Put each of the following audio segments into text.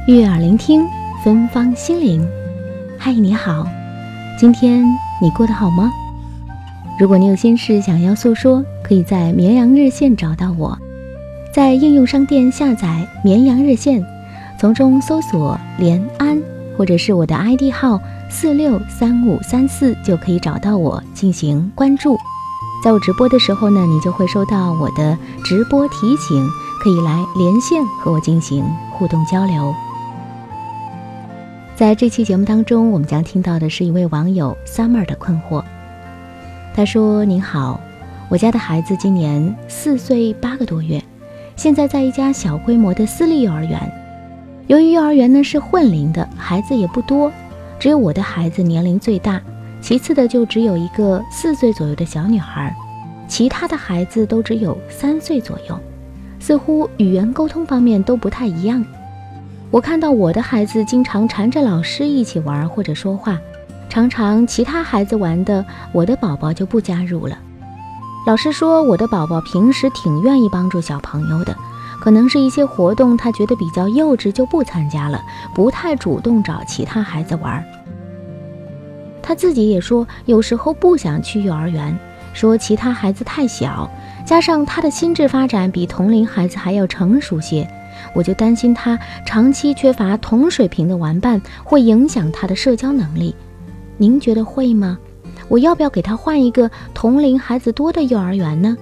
悦耳聆听，芬芳心灵。嗨，你好，今天你过得好吗？如果你有心事想要诉说，可以在绵阳热线找到我，在应用商店下载绵阳热线，从中搜索连安或者是我的 ID 号463534就可以找到我进行关注。在我直播的时候呢，你就会收到我的直播提醒，可以来连线和我进行互动交流。在这期节目当中，我们将听到的是一位网友 Summer 的困惑。他说：您好，我家的孩子今年4岁8个多月，现在在一家小规模的私立幼儿园。由于幼儿园呢是混龄的，孩子也不多，只有我的孩子年龄最大，其次的就只有一个4岁左右的小女孩，其他的孩子都只有3岁左右，似乎语言沟通方面都不太一样。我看到我的孩子经常缠着老师一起玩或者说话，常常其他孩子玩的，我的宝宝就不加入了。老师说我的宝宝平时挺愿意帮助小朋友的，可能是一些活动他觉得比较幼稚就不参加了，不太主动找其他孩子玩。他自己也说有时候不想去幼儿园，说其他孩子太小，加上他的心智发展比同龄孩子还要成熟些，我就担心他长期缺乏同水平的玩伴会影响他的社交能力。您觉得会吗？我要不要给他换一个同龄孩子多的幼儿园呢？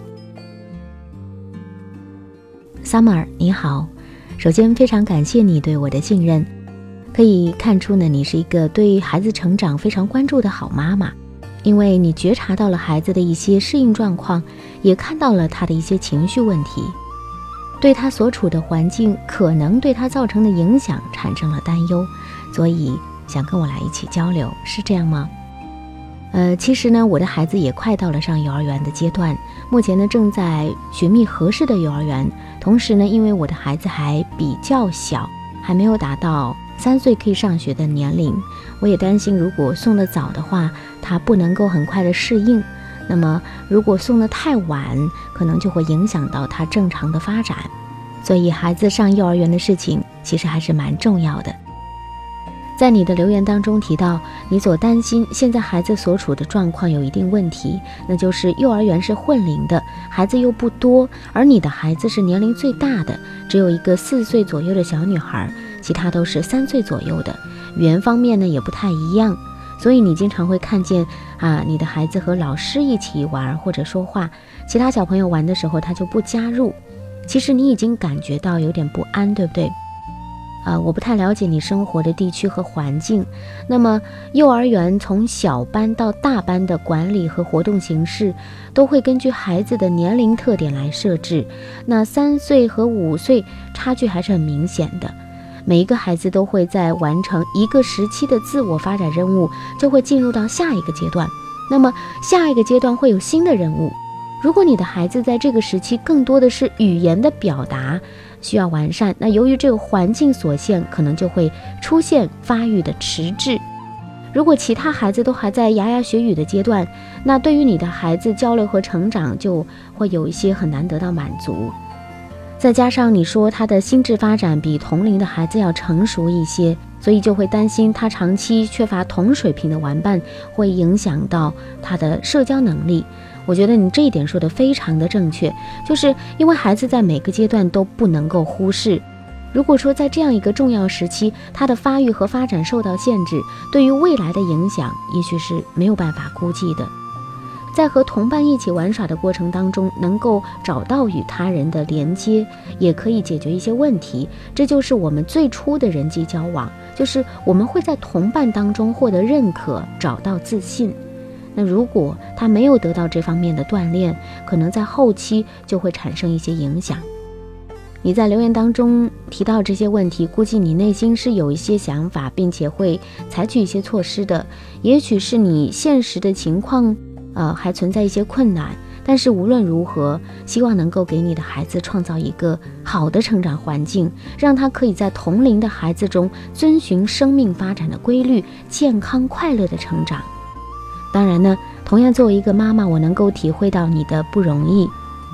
Summer 你好，首先非常感谢你对我的信任，可以看出呢，你是一个对孩子成长非常关注的好妈妈，因为你觉察到了孩子的一些适应状况，也看到了他的一些情绪问题，对他所处的环境可能对他造成的影响产生了担忧，所以想跟我来一起交流，是这样吗？其实呢，我的孩子也快到了上幼儿园的阶段，目前呢正在寻觅合适的幼儿园，同时呢，因为我的孩子还比较小，还没有达到3岁可以上学的年龄，我也担心如果送得早的话，他不能够很快的适应，那么如果送得太晚，可能就会影响到他正常的发展，所以孩子上幼儿园的事情其实还是蛮重要的。在你的留言当中提到，你所担心现在孩子所处的状况有一定问题，那就是幼儿园是混龄的，孩子又不多，而你的孩子是年龄最大的，只有一个4岁左右的小女孩，其他都是3岁左右的，语言方面呢也不太一样，所以你经常会看见你的孩子和老师一起玩或者说话，其他小朋友玩的时候他就不加入。其实你已经感觉到有点不安，对不对？我不太了解你生活的地区和环境，那么幼儿园从小班到大班的管理和活动形式都会根据孩子的年龄特点来设置，那3岁和5岁差距还是很明显的，每一个孩子都会在完成一个时期的自我发展任务，就会进入到下一个阶段，那么下一个阶段会有新的任务。如果你的孩子在这个时期更多的是语言的表达需要完善，那由于这个环境所限，可能就会出现发育的迟滞。如果其他孩子都还在牙牙学语的阶段，那对于你的孩子交流和成长就会有一些很难得到满足。再加上你说他的心智发展比同龄的孩子要成熟一些，所以就会担心他长期缺乏同水平的玩伴会影响到他的社交能力。我觉得你这一点说的非常的正确，就是因为孩子在每个阶段都不能够忽视，如果说在这样一个重要时期他的发育和发展受到限制，对于未来的影响也许是没有办法估计的。在和同伴一起玩耍的过程当中，能够找到与他人的连接，也可以解决一些问题，这就是我们最初的人际交往，就是我们会在同伴当中获得认可，找到自信。那如果他没有得到这方面的锻炼，可能在后期就会产生一些影响。你在留言当中提到这些问题，估计你内心是有一些想法，并且会采取一些措施的。也许是你现实的情况还存在一些困难，但是无论如何，希望能够给你的孩子创造一个好的成长环境，让他可以在同龄的孩子中遵循生命发展的规律，健康快乐的成长。当然呢，同样作为一个妈妈，我能够体会到你的不容易，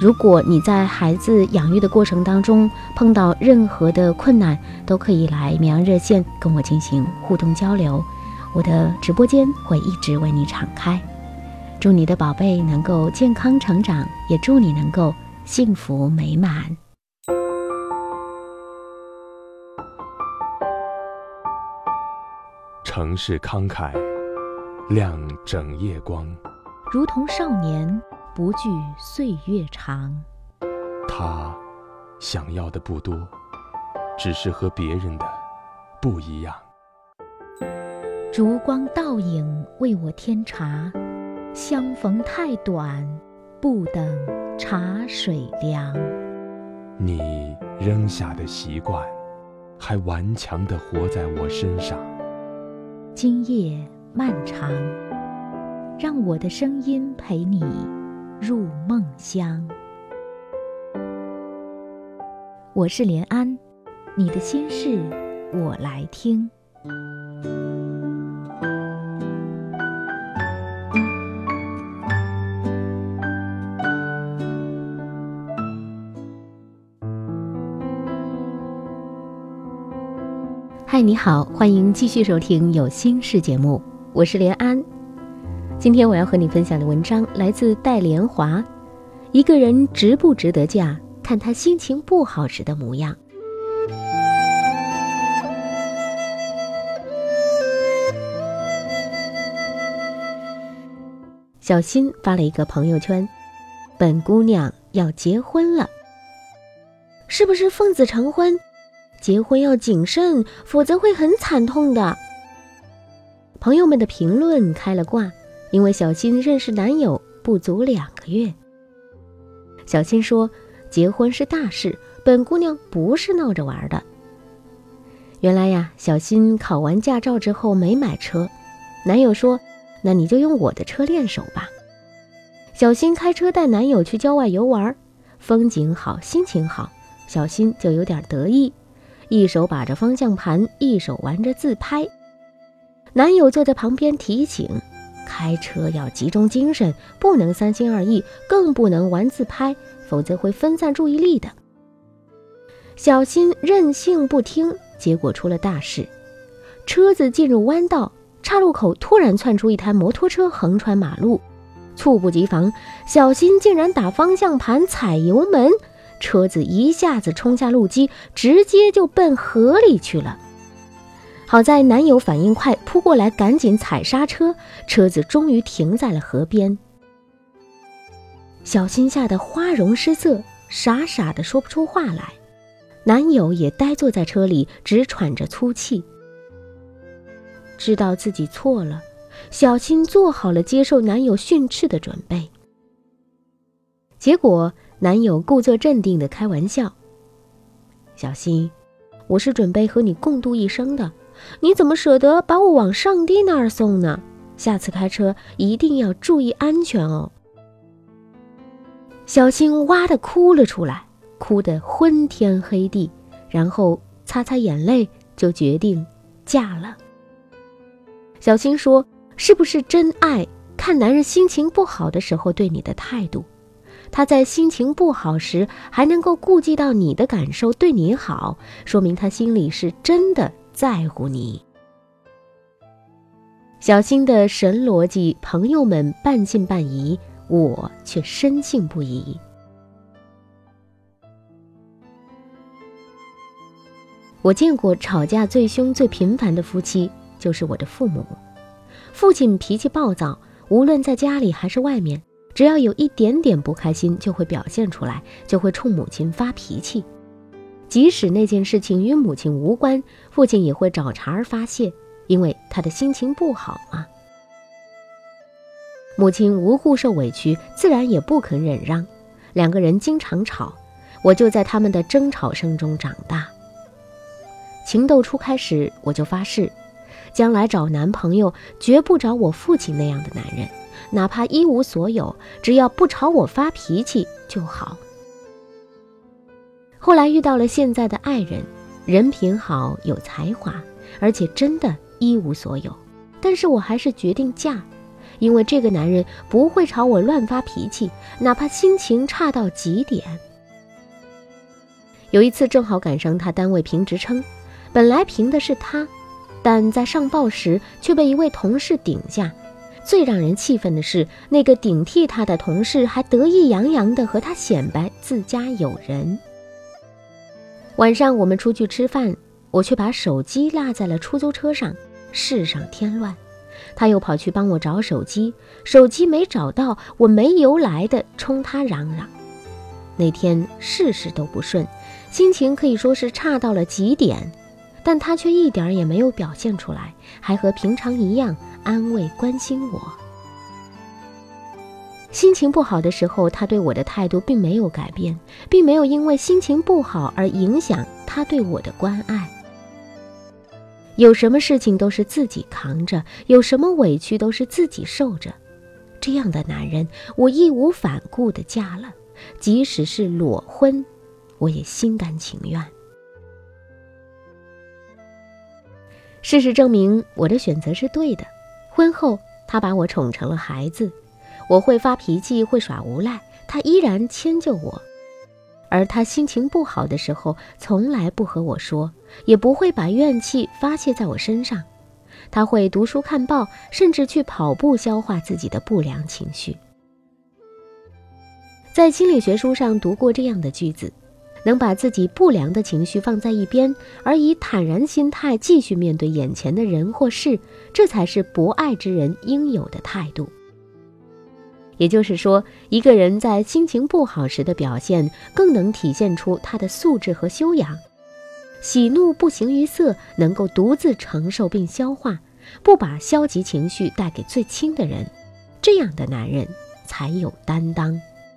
如果你在孩子养育的过程当中碰到任何的困难，都可以来绵阳热线跟我进行互动交流，我的直播间会一直为你敞开。祝你的宝贝能够健康成长，也祝你能够幸福美满。 城市慷慨，亮整夜光， 如同少年，不惧岁月长。 他想要的不多，只是和别人的不一样。 烛光倒影为我添茶，相逢太短，不等茶水凉。 你扔下的习惯，还顽强地活在我身上。 今夜漫长，让我的声音陪你入梦乡。我是连安，你的心事我来听。嗨，你好，欢迎继续收听有心事节目，我是连安。今天我要和你分享的文章来自戴莲华。一个人值不值得嫁，看他心情不好时的模样。小新发了一个朋友圈，本姑娘要结婚了。是不是奉子成婚？结婚要谨慎，否则会很惨痛的。朋友们的评论开了挂，因为小新认识男友不足2个月。小新说，结婚是大事，本姑娘不是闹着玩的。原来呀，小新考完驾照之后没买车，男友说，那你就用我的车练手吧。小新开车带男友去郊外游玩，风景好，心情好，小新就有点得意，一手把着方向盘，一手玩着自拍。男友坐在旁边提醒，开车要集中精神，不能三心二意，更不能玩自拍，否则会分散注意力的。小新任性不听，结果出了大事。车子进入弯道，岔路口突然窜出一台摩托车横穿马路，猝不及防，小新竟然打方向盘踩油门，车子一下子冲下路基，直接就奔河里去了。好在男友反应快，扑过来赶紧踩刹车，车子终于停在了河边。小新吓得花容失色，傻傻的说不出话来。男友也呆坐在车里，只喘着粗气。知道自己错了，小新做好了接受男友训斥的准备。结果男友故作镇定地开玩笑，小新，我是准备和你共度一生的，你怎么舍得把我往上帝那儿送呢？下次开车一定要注意安全哦。小新哇地哭了出来，哭得昏天黑地，然后擦擦眼泪，就决定嫁了。小新说，是不是真爱，看男人心情不好的时候对你的态度。他在心情不好时还能够顾及到你的感受，对你好，说明他心里是真的在乎你。小新的神逻辑，朋友们半信半疑，我却深信不疑。我见过吵架最凶最频繁的夫妻，就是我的父母。父亲脾气暴躁，无论在家里还是外面，只要有一点点不开心就会表现出来，就会冲母亲发脾气。即使那件事情与母亲无关，父亲也会找茬儿发泄，因为他的心情不好嘛。母亲无故受委屈，自然也不肯忍让，两个人经常吵，我就在他们的争吵声中长大。情窦初开时，我就发誓，将来找男朋友绝不找我父亲那样的男人，哪怕一无所有，只要不朝我发脾气就好。后来遇到了现在的爱人，人品好，有才华，而且真的一无所有，但是我还是决定嫁， 因为这个男人不会朝我乱发脾气，哪怕心情差到极点。有一次正好赶上他单位评职称，本来评的是他，但在上报时却被一位同事顶下。最让人气愤的是，那个顶替他的同事还得意洋洋地和他显摆自家有人。晚上我们出去吃饭，我却把手机落在了出租车上，世上添乱。他又跑去帮我找手机，手机没找到，我没由来地冲他嚷嚷。那天事事都不顺，心情可以说是差到了极点，但他却一点也没有表现出来，还和平常一样安慰关心我。心情不好的时候，他对我的态度并没有改变，并没有因为心情不好而影响他对我的关爱。有什么事情都是自己扛着，有什么委屈都是自己受着。这样的男人，我义无反顾地嫁了，即使是裸婚，我也心甘情愿。事实证明，我的选择是对的。婚后，他把我宠成了孩子，我会发脾气，会耍无赖，他依然迁就我。而他心情不好的时候，从来不和我说，也不会把怨气发泄在我身上。他会读书看报，甚至去跑步消化自己的不良情绪。在心理学书上读过这样的句子：能把自己不良的情绪放在一边，而以坦然心态继续面对眼前的人或事，这才是博爱之人应有的态度。也就是说，一个人在心情不好时的表现，更能体现出他的素质和修养。喜怒不形于色，能够独自承受并消化，不把消极情绪带给最亲的人，这样的男人才有担当。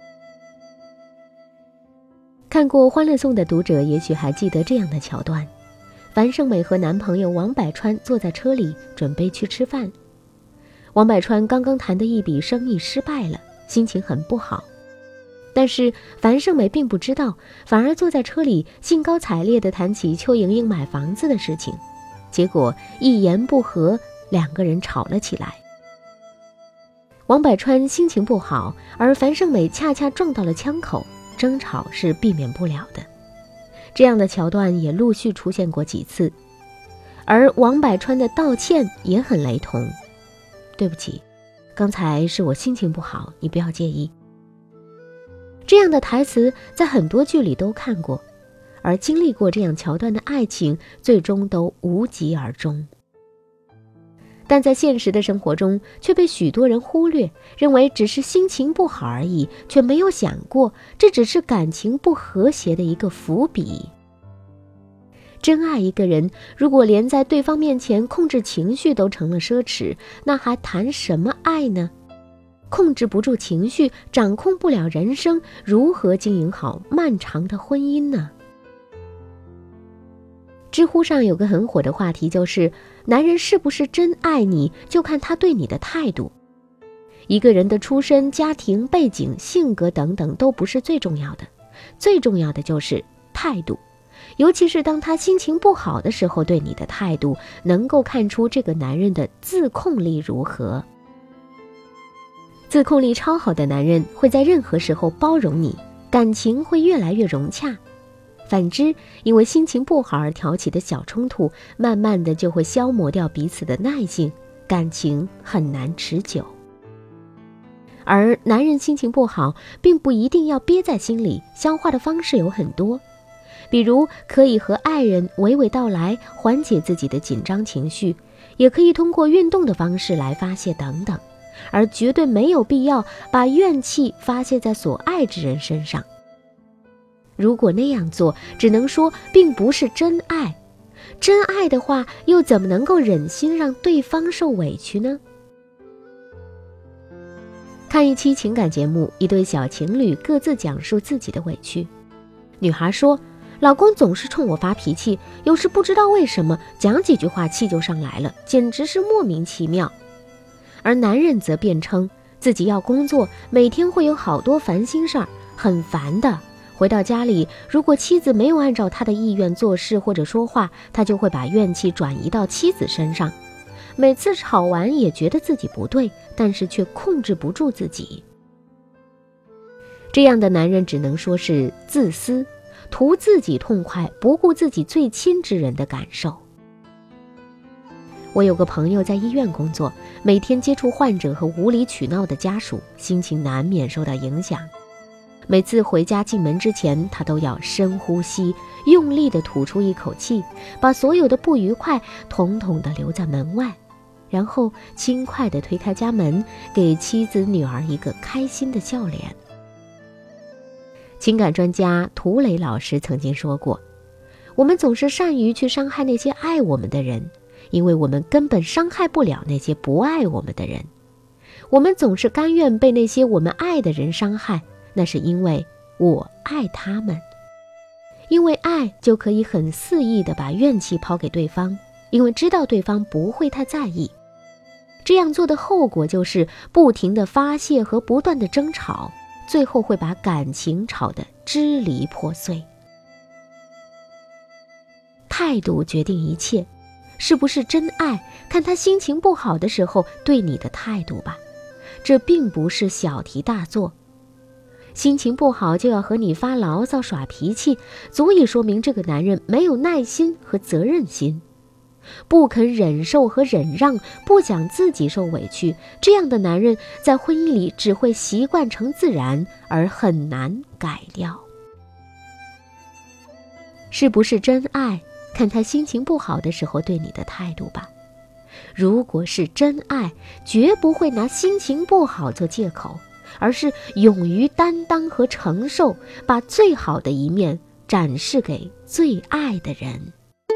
看过《欢乐颂》的读者也许还记得这样的桥段：樊胜美和男朋友王百川坐在车里，准备去吃饭。王百川刚刚谈的一笔生意失败了，心情很不好。但是樊胜美并不知道，反而坐在车里兴高采烈地谈起邱莹莹买房子的事情。结果一言不合，两个人吵了起来。王百川心情不好，而樊胜美恰恰撞到了枪口，争吵是避免不了的。这样的桥段也陆续出现过几次，而王百川的道歉也很雷同：对不起，刚才是我心情不好，你不要介意。这样的台词在很多剧里都看过，而经历过这样桥段的爱情，最终都无疾而终。但在现实的生活中，却被许多人忽略，认为只是心情不好而已，却没有想过，这只是感情不和谐的一个伏笔。真爱一个人，如果连在对方面前控制情绪都成了奢侈，那还谈什么爱呢？控制不住情绪，掌控不了人生，如何经营好漫长的婚姻呢？知乎上有个很火的话题，就是男人是不是真爱你，就看他对你的态度。一个人的出身、家庭背景、性格等等都不是最重要的，最重要的就是态度。尤其是当他心情不好的时候，对你的态度能够看出这个男人的自控力如何。自控力超好的男人会在任何时候包容你，感情会越来越融洽。反之，因为心情不好而挑起的小冲突，慢慢的就会消磨掉彼此的耐性，感情很难持久。而男人心情不好，并不一定要憋在心里，消化的方式有很多。比如可以和爱人娓娓道来，缓解自己的紧张情绪，也可以通过运动的方式来发泄等等，而绝对没有必要把怨气发泄在所爱之人身上。如果那样做，只能说并不是真爱。真爱的话，又怎么能够忍心让对方受委屈呢？看一期情感节目，一对小情侣各自讲述自己的委屈。女孩说，老公总是冲我发脾气，有时不知道为什么讲几句话气就上来了，简直是莫名其妙。而男人则辩称自己要工作，每天会有好多烦心事儿，很烦的。回到家里，如果妻子没有按照他的意愿做事或者说话，他就会把怨气转移到妻子身上。 每次吵完也觉得自己不对，但是却控制不住自己。这样的男人只能说是自私，图自己痛快，不顾自己最亲之人的感受。我有个朋友在医院工作，每天接触患者和无理取闹的家属，心情难免受到影响。每次回家进门之前，他都要深呼吸，用力地吐出一口气，把所有的不愉快统统地留在门外，然后轻快地推开家门，给妻子女儿一个开心的笑脸。情感专家涂磊老师曾经说过，我们总是善于去伤害那些爱我们的人，因为我们根本伤害不了那些不爱我们的人。我们总是甘愿被那些我们爱的人伤害，那是因为我爱他们。因为爱，就可以很肆意地把怨气抛给对方，因为知道对方不会太在意。这样做的后果就是不停地发泄和不断的争吵，最后会把感情吵得支离破碎。态度决定一切，是不是真爱，看他心情不好的时候对你的态度吧。这并不是小题大做，心情不好就要和你发牢骚耍脾气，足以说明这个男人没有耐心和责任心，不肯忍受和忍让，不想自己受委屈。这样的男人在婚姻里只会习惯成自然，而很难改掉。是不是真爱，看他心情不好的时候对你的态度吧。如果是真爱，绝不会拿心情不好做借口，而是勇于担当和承受，把最好的一面展示给最爱的人。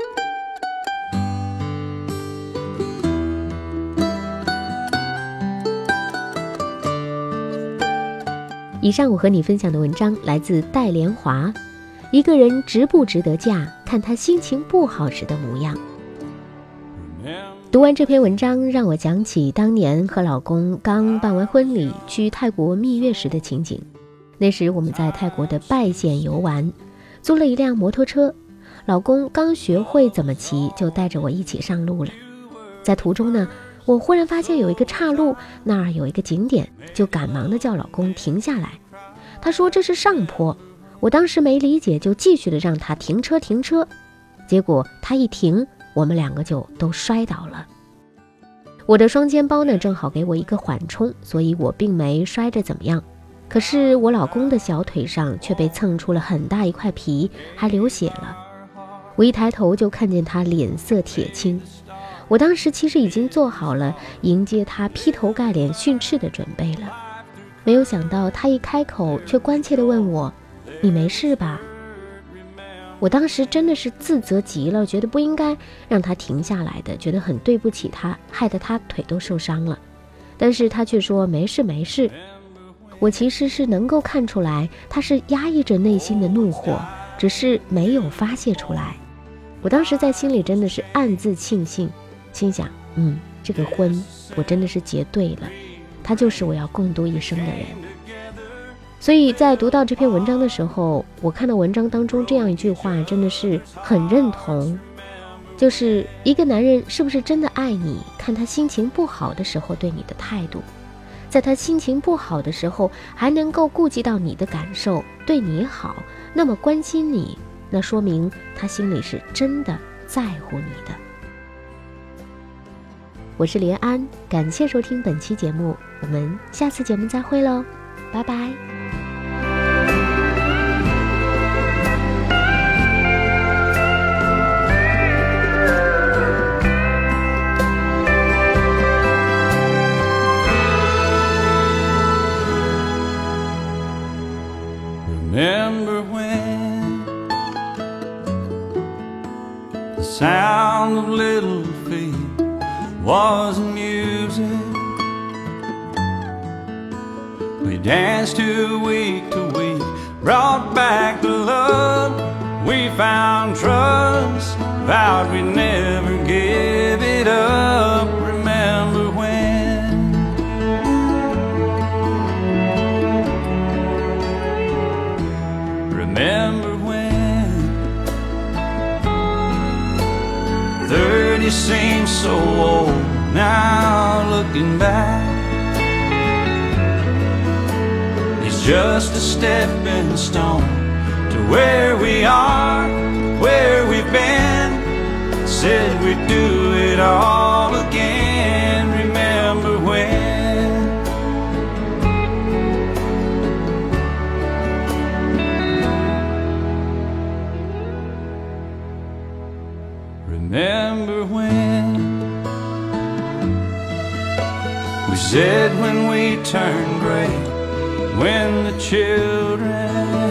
以上我和你分享的文章来自戴莲华。一个人值不值得嫁，看他心情不好时的模样。读完这篇文章，让我想起当年和老公刚办完婚礼去泰国蜜月时的情景。那时我们在泰国的拜县游玩，租了一辆摩托车，老公刚学会怎么骑，就带着我一起上路了。在途中呢，我忽然发现有一个岔路，那儿有一个景点，就赶忙的叫老公停下来。他说这是上坡，我当时没理解，就继续的让他停车。结果他一停，我们两个就都摔倒了。我的双肩包呢，正好给我一个缓冲，所以我并没摔着怎么样。可是我老公的小腿上却被蹭出了很大一块皮，还流血了。我一抬头就看见他脸色铁青。我当时其实已经做好了迎接他劈头盖脸训斥的准备了，没有想到他一开口却关切地问我：你没事吧？我当时真的是自责极了，觉得不应该让他停下来的，觉得很对不起他，害得他腿都受伤了。但是他却说没事。我其实是能够看出来，他是压抑着内心的怒火，只是没有发泄出来。我当时在心里真的是暗自庆幸，心想这个婚我真的是结对了，他就是我要共度一生的人。所以在读到这篇文章的时候，我看到文章当中这样一句话，真的是很认同，就是一个男人是不是真的爱你，看他心情不好的时候对你的态度。在他心情不好的时候还能够顾及到你的感受，对你好，那么关心你，那说明他心里是真的在乎你的。我是连安，感谢收听本期节目，我们下次节目再会喽，拜拜。 Remember when the sound of little feet was music? We danced to week, brought back the love. We found trust, vowed we'd never give it up. Remember when? Remember when 30 seems so old Now looking back, it's just a stepping stone to where we are, where we've been. Said we'd do it all again. Remember when? Remember when? We said when we turn gray, when the children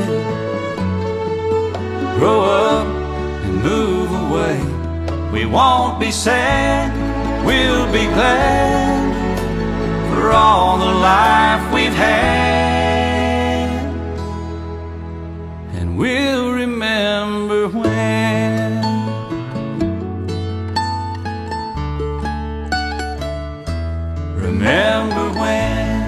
grow up and move away, we won't be sad, we'll be glad for all the life we've had. And we'll remember when. Remember when.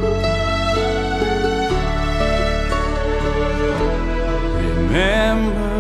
Remember